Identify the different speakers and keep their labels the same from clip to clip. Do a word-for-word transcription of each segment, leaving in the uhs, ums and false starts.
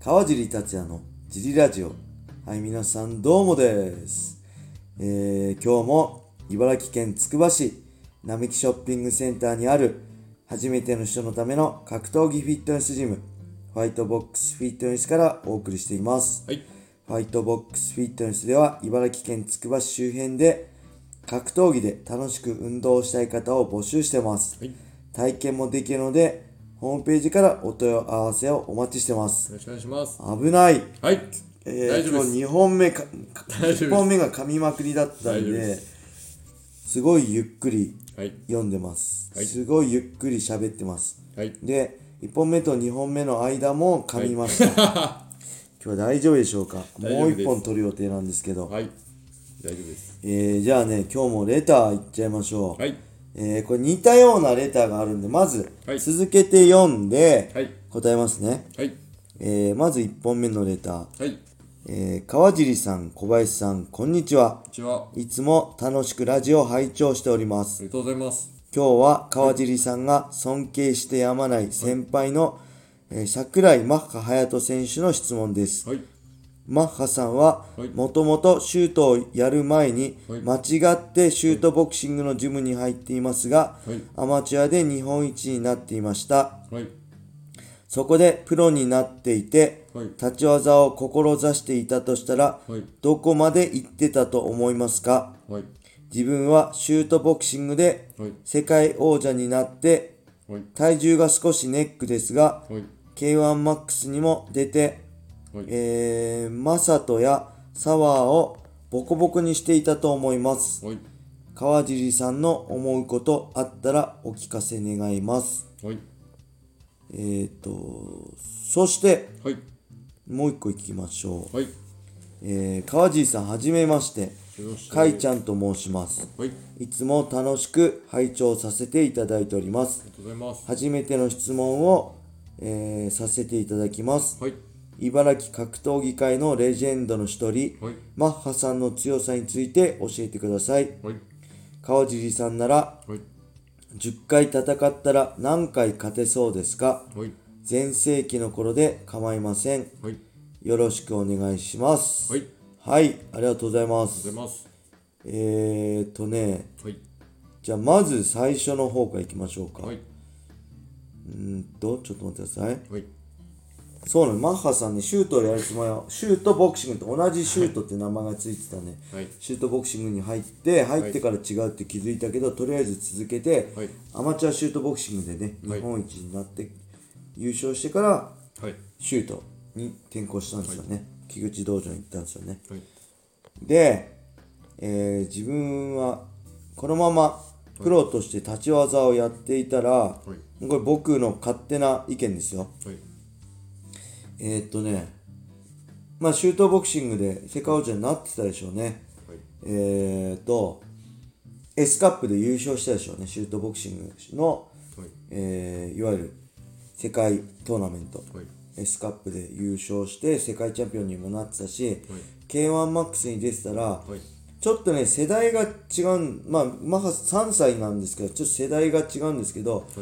Speaker 1: 川尻達也のジリラジオ。はい、皆さんどうもです。えー、今日も茨城県つくば市並木ショッピングセンターにある初めての人のための格闘技フィットネスジム、ファイトボックスフィットネスからお送りしています。
Speaker 2: はい、
Speaker 1: ファイトボックスフィットネスでは茨城県つくば市周辺で格闘技で楽しく運動したい方を募集してます。
Speaker 2: はい、
Speaker 1: 体験もできるのでホームページからお問い合わせをお待ちしてます。
Speaker 2: よろしくお願いします。
Speaker 1: 危ない。
Speaker 2: はい、
Speaker 1: えー、
Speaker 2: 大丈夫です。
Speaker 1: 今日にほんめか、
Speaker 2: 大丈夫です
Speaker 1: いっぽんめが噛みまくりだったん
Speaker 2: 大丈夫
Speaker 1: で、
Speaker 2: です
Speaker 1: ごいゆっくり
Speaker 2: はい、
Speaker 1: 読んでます。
Speaker 2: はい
Speaker 1: すごいゆっくり喋ってます。
Speaker 2: はい、
Speaker 1: で、いっぽんめとにほんめの間も噛みました。今日は大丈夫でしょうか。もう
Speaker 2: 大丈夫です
Speaker 1: いっぽん取る予定なんですけど。
Speaker 2: はい、大丈夫です。
Speaker 1: えー、じゃあね、今日もレターいっちゃいましょう。
Speaker 2: はい、
Speaker 1: えー、これ似たようなレターがあるんで、まず
Speaker 2: はい
Speaker 1: 続けて読んで
Speaker 2: はい
Speaker 1: 答えますね。
Speaker 2: はい、
Speaker 1: えー、まずいっぽんめのレター。
Speaker 2: はい、
Speaker 1: えー、川尻さん、小林さん、こんにちは。
Speaker 2: こんにちは。
Speaker 1: いつも楽しくラジオを拝聴しておりま
Speaker 2: あ
Speaker 1: す。
Speaker 2: りがとうございます。
Speaker 1: 今日は川尻さんが尊敬してやまない先輩の、えー、桜井マッハ隼人選手の質問です。
Speaker 2: はい、
Speaker 1: マッハさんは
Speaker 2: はい
Speaker 1: もともとシュートをやる前に
Speaker 2: はい
Speaker 1: 間違ってシュートボクシングのジムに入っていますが、
Speaker 2: はい
Speaker 1: アマチュアで日本一になっていました。
Speaker 2: はい、
Speaker 1: そこでプロになっていて、
Speaker 2: はい
Speaker 1: 立ち技を志していたとしたら、
Speaker 2: はい
Speaker 1: どこまで行ってたと思いますか？
Speaker 2: はい、
Speaker 1: 自分はシュートボクシングで
Speaker 2: はい
Speaker 1: 世界王者になって、
Speaker 2: はい、
Speaker 1: 体重が少しネックですが、
Speaker 2: はい、
Speaker 1: ケーワンマックス にも出て、
Speaker 2: はい、
Speaker 1: えー、マサトやサワーをボコボコにしていたと思います。
Speaker 2: はい、
Speaker 1: 川尻さんの思うことあったらお聞かせ願います。
Speaker 2: はい、
Speaker 1: えーと、そして
Speaker 2: はい、
Speaker 1: もう一個いきましょう。
Speaker 2: はい、
Speaker 1: えー、川尻さんはじめまして、
Speaker 2: よろしく。
Speaker 1: かいちゃんと申します。
Speaker 2: はい、あ
Speaker 1: いつも楽しく拝聴させていただいております。
Speaker 2: りがとうございます。
Speaker 1: 初めての質問を、えーさせていただきます。
Speaker 2: はい、
Speaker 1: 茨城格闘技界のレジェンドの一人、
Speaker 2: はい、
Speaker 1: マッハさんの強さについて教えてください。
Speaker 2: はい、
Speaker 1: 川尻さんなら
Speaker 2: はい、
Speaker 1: じゅっかい戦ったら何回勝てそうですか？
Speaker 2: はい、
Speaker 1: 全盛期の頃で構いません。
Speaker 2: はい、
Speaker 1: よろしくお願いします。
Speaker 2: はい、
Speaker 1: はい、ありがとうございま
Speaker 2: ありがとう
Speaker 1: す。
Speaker 2: ございます。
Speaker 1: えーとね、
Speaker 2: はい、
Speaker 1: じゃあまず最初の方からいきましょうか。
Speaker 2: はい、
Speaker 1: うーんと、ちょっと待ってください。
Speaker 2: はい、
Speaker 1: そうなの、マッハさんね、シュートをやるつもりは、シュートボクシングと同じシュートって名前がついてたね。
Speaker 2: はい、
Speaker 1: シュートボクシングに入って、入ってから違うって気づいたけど、とりあえず続けて、
Speaker 2: はい、
Speaker 1: アマチュアシュートボクシングでね、
Speaker 2: はい
Speaker 1: 日本一になって優勝してから、
Speaker 2: はい、
Speaker 1: シュートに転向したんですよね。木口道場に行ったんですよね。
Speaker 2: はい、
Speaker 1: で、えー自分はこのままプロとして立ち技をやっていたら、
Speaker 2: はい
Speaker 1: これ僕の勝手な意見ですよ。
Speaker 2: はい、
Speaker 1: えー、っとね、まあシュートボクシングで世界王者になってたでしょうね。
Speaker 2: はい、
Speaker 1: えー、っと、S カップで優勝したでしょうね。シュートボクシングの、
Speaker 2: はい、
Speaker 1: えーいわゆる世界トーナメント。
Speaker 2: はい、
Speaker 1: S カップで優勝して世界チャンピオンにもなってたし、ケーワンマックス に出てたら、
Speaker 2: はい、
Speaker 1: ちょっとね、世代が違う、まあ、マッハさんさいなんですけど、ちょっと世代が違うんですけど、
Speaker 2: はい、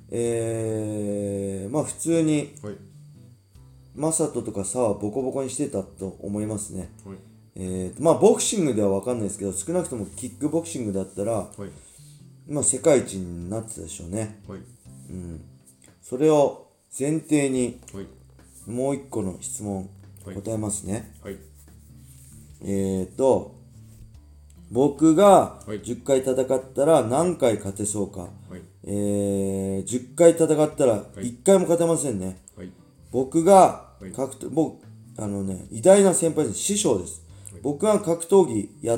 Speaker 1: えー、まあ普通に、
Speaker 2: はい、
Speaker 1: マサトとかサワボコボコにしてたと思いますね。
Speaker 2: はい、
Speaker 1: えーと、まあボクシングでは分かんないですけど、少なくともキックボクシングだったら、
Speaker 2: はい、
Speaker 1: まあ世界一になってたでしょうね。
Speaker 2: はい、
Speaker 1: それを前提に、
Speaker 2: はい、
Speaker 1: もう一個の質問、
Speaker 2: はい
Speaker 1: 答えますね。
Speaker 2: はい、
Speaker 1: えーと、僕が
Speaker 2: はい
Speaker 1: じゅっかい戦ったら何回勝てそうか。
Speaker 2: はい、
Speaker 1: えー、じゅっかい戦ったらいっかいも勝てませんね。
Speaker 2: はい、
Speaker 1: 僕が
Speaker 2: はい
Speaker 1: 格闘、僕、あのね、偉大な先輩です。師匠です。
Speaker 2: はい
Speaker 1: 僕が格闘技やって、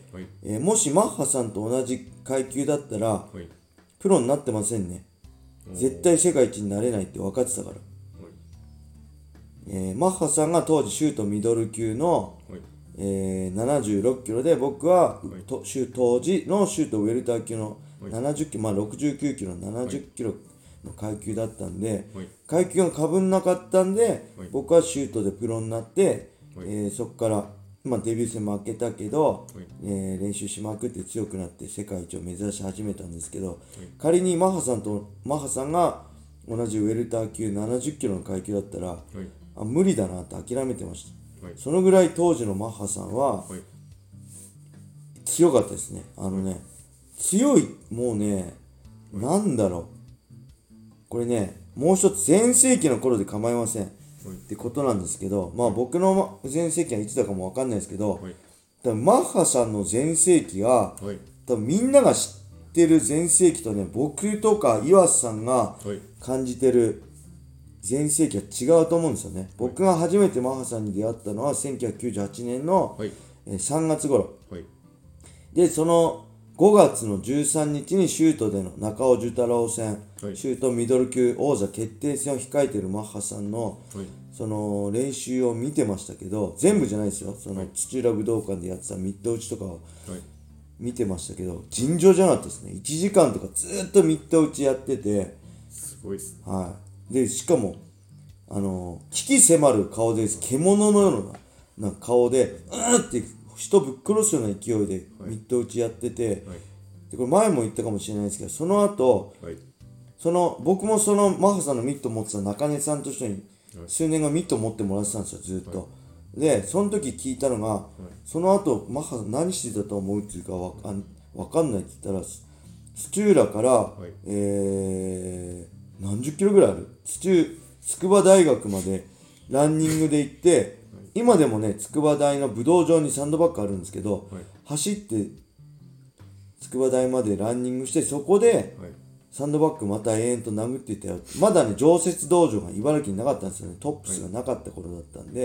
Speaker 2: はい、
Speaker 1: えーもしマッハさんと同じ階級だったら、
Speaker 2: はい、
Speaker 1: プロになってませんね。絶対世界一になれないって分かってたから。えーマッハさんが当時シュートミドル級の、
Speaker 2: はい、
Speaker 1: えーななじゅうろっキロで、僕は、
Speaker 2: い
Speaker 1: とシュ当時のシュートウェルター級の
Speaker 2: はい
Speaker 1: ななじゅっキロ、まあろくじゅうきゅうキロ、ななじゅっキロの階級だったんで、
Speaker 2: はい、
Speaker 1: 階級がかぶんなかったんで、
Speaker 2: はい
Speaker 1: 僕はシュートでプロになって、
Speaker 2: はい
Speaker 1: えーそこから、まあ、デビュー戦負けたけど、
Speaker 2: はい
Speaker 1: えー練習しまくって強くなって世界一を目指し始めたんですけど、仮にマッハさんとマッハさんが同じウェルター級ななじゅっキロの階級だったら、
Speaker 2: はい、
Speaker 1: あ無理だなって諦めてました、
Speaker 2: はい、
Speaker 1: そのぐらい当時のマッハさんは強かったですね。あのね、強い、もうね、なんだろう、これね、もう一つ全盛期の頃で構いませんってことなんですけど、まあ僕の全盛期はいつだかもわかんないですけど、多分マッハさんの全盛期が、多分みんなが知ってる全盛期とね、僕とか岩瀬さんが感じてる全盛期は違うと思うんですよね。僕が初めてマッハさんに出会ったのはせんきゅうひゃくきゅうじゅうはちねんのさんがつ頃で、そのごがつのじゅうさんにちにシュートでの中尾寿太郎戦、はい、シュートミドル級王座決定戦を控えているマッハさんの、はい、その練習を見てましたけど、全部じゃないですよ、その土浦武道館でやってたミット打ちとかを見てましたけど、尋常じゃなかったですね。いちじかんとかずーっとミット打ちやってて、
Speaker 2: すごいっすね。
Speaker 1: はい、でしかもあの危機迫る顔です。獣のような、な顔でうーって人ぶっ殺すような勢いでミット打ちやってて、はい、でこれ前も言ったかもしれないですけど、その後、はい、その僕もそのマッハさんのミット持ってた中根さんと一緒に数年がミット持ってもらってたんですよ、ずっと、はい、でその時聞いたのが、はい、その後マッハさん何してたと思うっていうかわかん、わかんないって言ったら、土浦から、はい、えー、何十キロぐらいある土筑波大学までランニングで行って今でもね、筑波大の武道場にサンドバッグあるんですけど、はい、走って筑波大までランニングして、そこでサンドバッグまた延々と殴っていたよ。まだね、常設道場が茨城になかったんですよね。トップスがなかった頃だったんで、はい、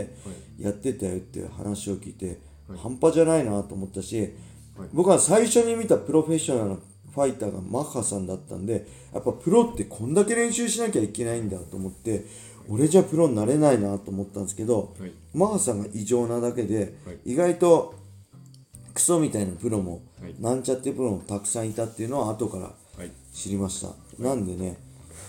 Speaker 1: やってたよっていう話を聞いて、はい、半端じゃないなと思ったし、はい、僕は最初に見たプロフェッショナルなファイターがマッハさんだったんで、やっぱプロってこんだけ練習しなきゃいけないんだと思って、俺じゃプロになれないなと思ったんですけど、はい、マッハさんが異常なだけで、はい、意外とクソみたいなプロも、はい、なんちゃってプロもたくさんいたっていうのは後から知りました、はい、なんでね、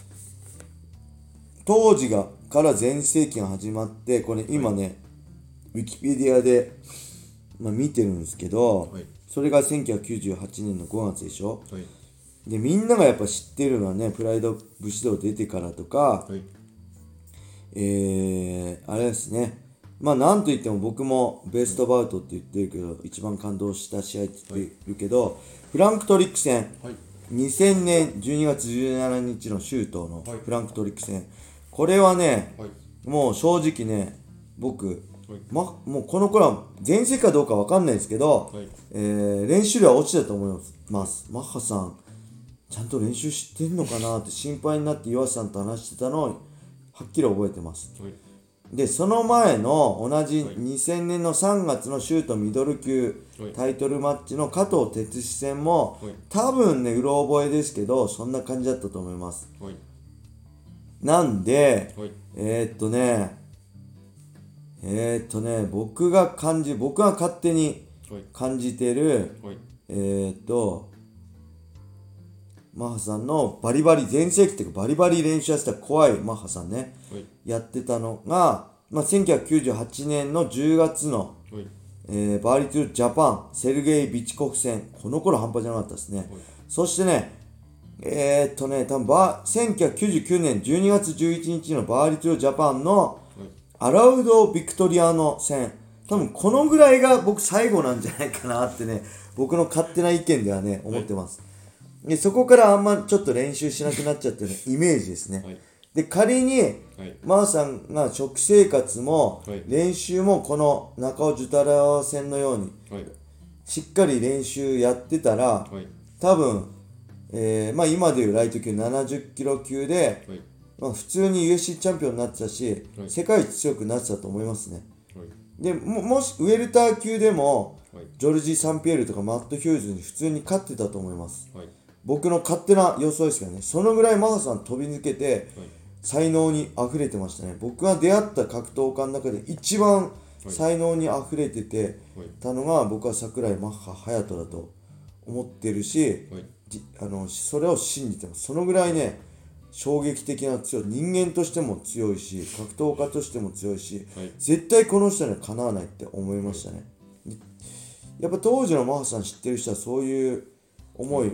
Speaker 1: 当時がから全盛期が始まって、これ今ね、はい、ウィキペディアで、まあ、見てるんですけど、はい、それがせんきゅうひゃくきゅうじゅうはちねんのごがつでしょ、はい、でみんながやっぱ知ってるのはね、プライド武士道出てからとか、はい、えー、あれですね、まあなんといっても僕もベストバウトって言ってるけど、一番感動した試合って言ってるけど、はい、フランクトリック戦、はい、にせんねんじゅうにがつじゅうしちにちの周東のフランクトリック戦、これはね、はい、もう正直ね、僕、はい、ま、もうこの頃は全盛かどうかわかんないですけど、はい、えー、練習量は落ちたと思います。マッハさんちゃんと練習してんのかなって心配になって岩瀬さんと話してたのをはっきり覚えてます、はい、でその前の同じにせんねんのさんがつのシュートミドル級タイトルマッチの加藤哲司戦も、はい、多分ねうろ覚えですけどそんな感じだったと思います、はい、なんで、はい、えー、っとねえー、っとね僕が感じ僕が勝手に感じてる、はい、えー、っとマッハさんのバリバリ全盛期っていうかバリバリ練習やってた怖いマッハさんね、はい、やってたのが、まあ、せんきゅうひゃくきゅうじゅうはちねんのじゅうがつの、はい、えー、バーリトゥジャパンセルゲイ・ビチコフ戦、この頃半端じゃなかったですね、はい、そしてねえー、っとね多分バせんきゅうひゃくきゅうじゅうきゅうねんじゅうにがつじゅういちにちのバーリトゥジャパンの、はい、アラウド・ビクトリアノ戦、多分このぐらいが僕最後なんじゃないかなってね、僕の勝手な意見ではね思ってます、はい、でそこからあんまちょっと練習しなくなっちゃってるイメージですね、はい、で仮に、はい、マーさんが食生活も、はい、練習もこの中尾寿太郎戦のように、はい、しっかり練習やってたら、はい、多分、えーまあ、今でいうライト級ななじゅっキロ級で、はい、まあ、普通に ユーエフシー チャンピオンになってたし、はい、世界一強くなってたと思いますね、はい、で も, もしウェルター級でも、はい、ジョルジー・サンピエールとかマット・ヒューズに普通に勝ってたと思います、はい、僕の勝手な予想ですけどね。そのぐらいマッハさん飛び抜けて、はい、才能に溢れてましたね。僕が出会った格闘家の中で一番才能に溢れててたのが、僕は桜井マッハ隼人だと思ってるし、はい、あのそれを信じてます。そのぐらいね、衝撃的な強い、人間としても強いし、格闘家としても強いし、はい、絶対この人にはかなわないって思いましたね。やっぱ当時のマッハさん知ってる人はそういう思い、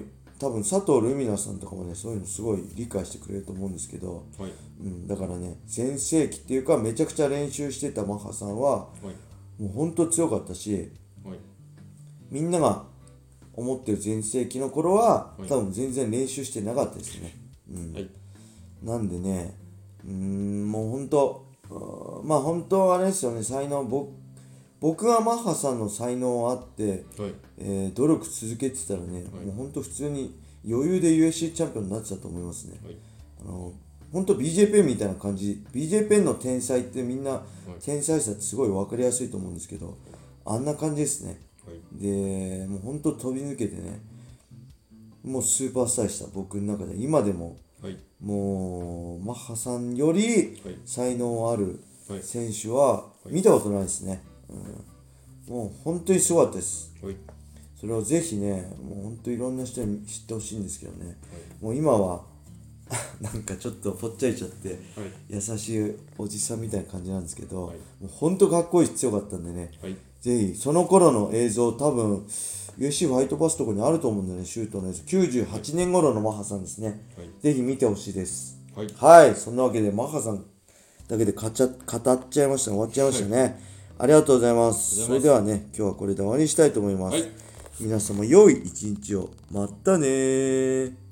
Speaker 1: 多分佐藤ルミナさんとかもねそういうのすごい理解してくれると思うんですけど、
Speaker 2: はい。
Speaker 1: うん、だからね全盛期っていうかめちゃくちゃ練習してたマッハさんは
Speaker 2: はい
Speaker 1: もうほんと強かったし、
Speaker 2: はい
Speaker 1: みんなが思ってる全盛期の頃は
Speaker 2: はい
Speaker 1: 多分全然練習してなかったですね、うん
Speaker 2: はい
Speaker 1: なんでねうーんもうほんとあーまあ本当はあれですよね才能僕僕がマッハさんの才能あって、
Speaker 2: はい
Speaker 1: えー努力続けてたらね、
Speaker 2: はい
Speaker 1: もうほんと普通に余裕で ユーエフシー チャンピオンになってたと思いますね。
Speaker 2: はい
Speaker 1: あのほんと ビージェー ペンみたいな感じ ビージェー ペンの天才ってみんな天才さってすごい分かりやすいと思うんですけどあんな感じですね。
Speaker 2: はい
Speaker 1: でもうほんと飛び抜けてねもうスーパースターでした僕の中で今でも
Speaker 2: はい
Speaker 1: もうマッハさんより
Speaker 2: はい
Speaker 1: 才能ある
Speaker 2: はい
Speaker 1: 選手は見たことないですね、うん、もう本当にすごかったです。
Speaker 2: はい
Speaker 1: それをぜひねもう本当いろんな人に知ってほしいんですけどね、もう今はなんかちょっとぽっちゃりちゃって
Speaker 2: はい
Speaker 1: 優しいおじさんみたいな感じなんですけど、
Speaker 2: はい
Speaker 1: もう本当かっこいいし強かったんでね、
Speaker 2: はい
Speaker 1: ぜひその頃の映像多分 ユーエフシー ファイトパスとかにあると思うんだよねシュートの映像きゅうじゅうはちねん頃のマッハさんですね、
Speaker 2: はい
Speaker 1: ぜひ見てほしいです。
Speaker 2: はい
Speaker 1: はい、そんなわけでマッハさんだけで語っちゃ語っちゃいました終わっちゃいましたね、ありがとうございます。それではね今日はこれで終わりにしたいと思います、
Speaker 2: はい
Speaker 1: 皆様良い一日を。またねー。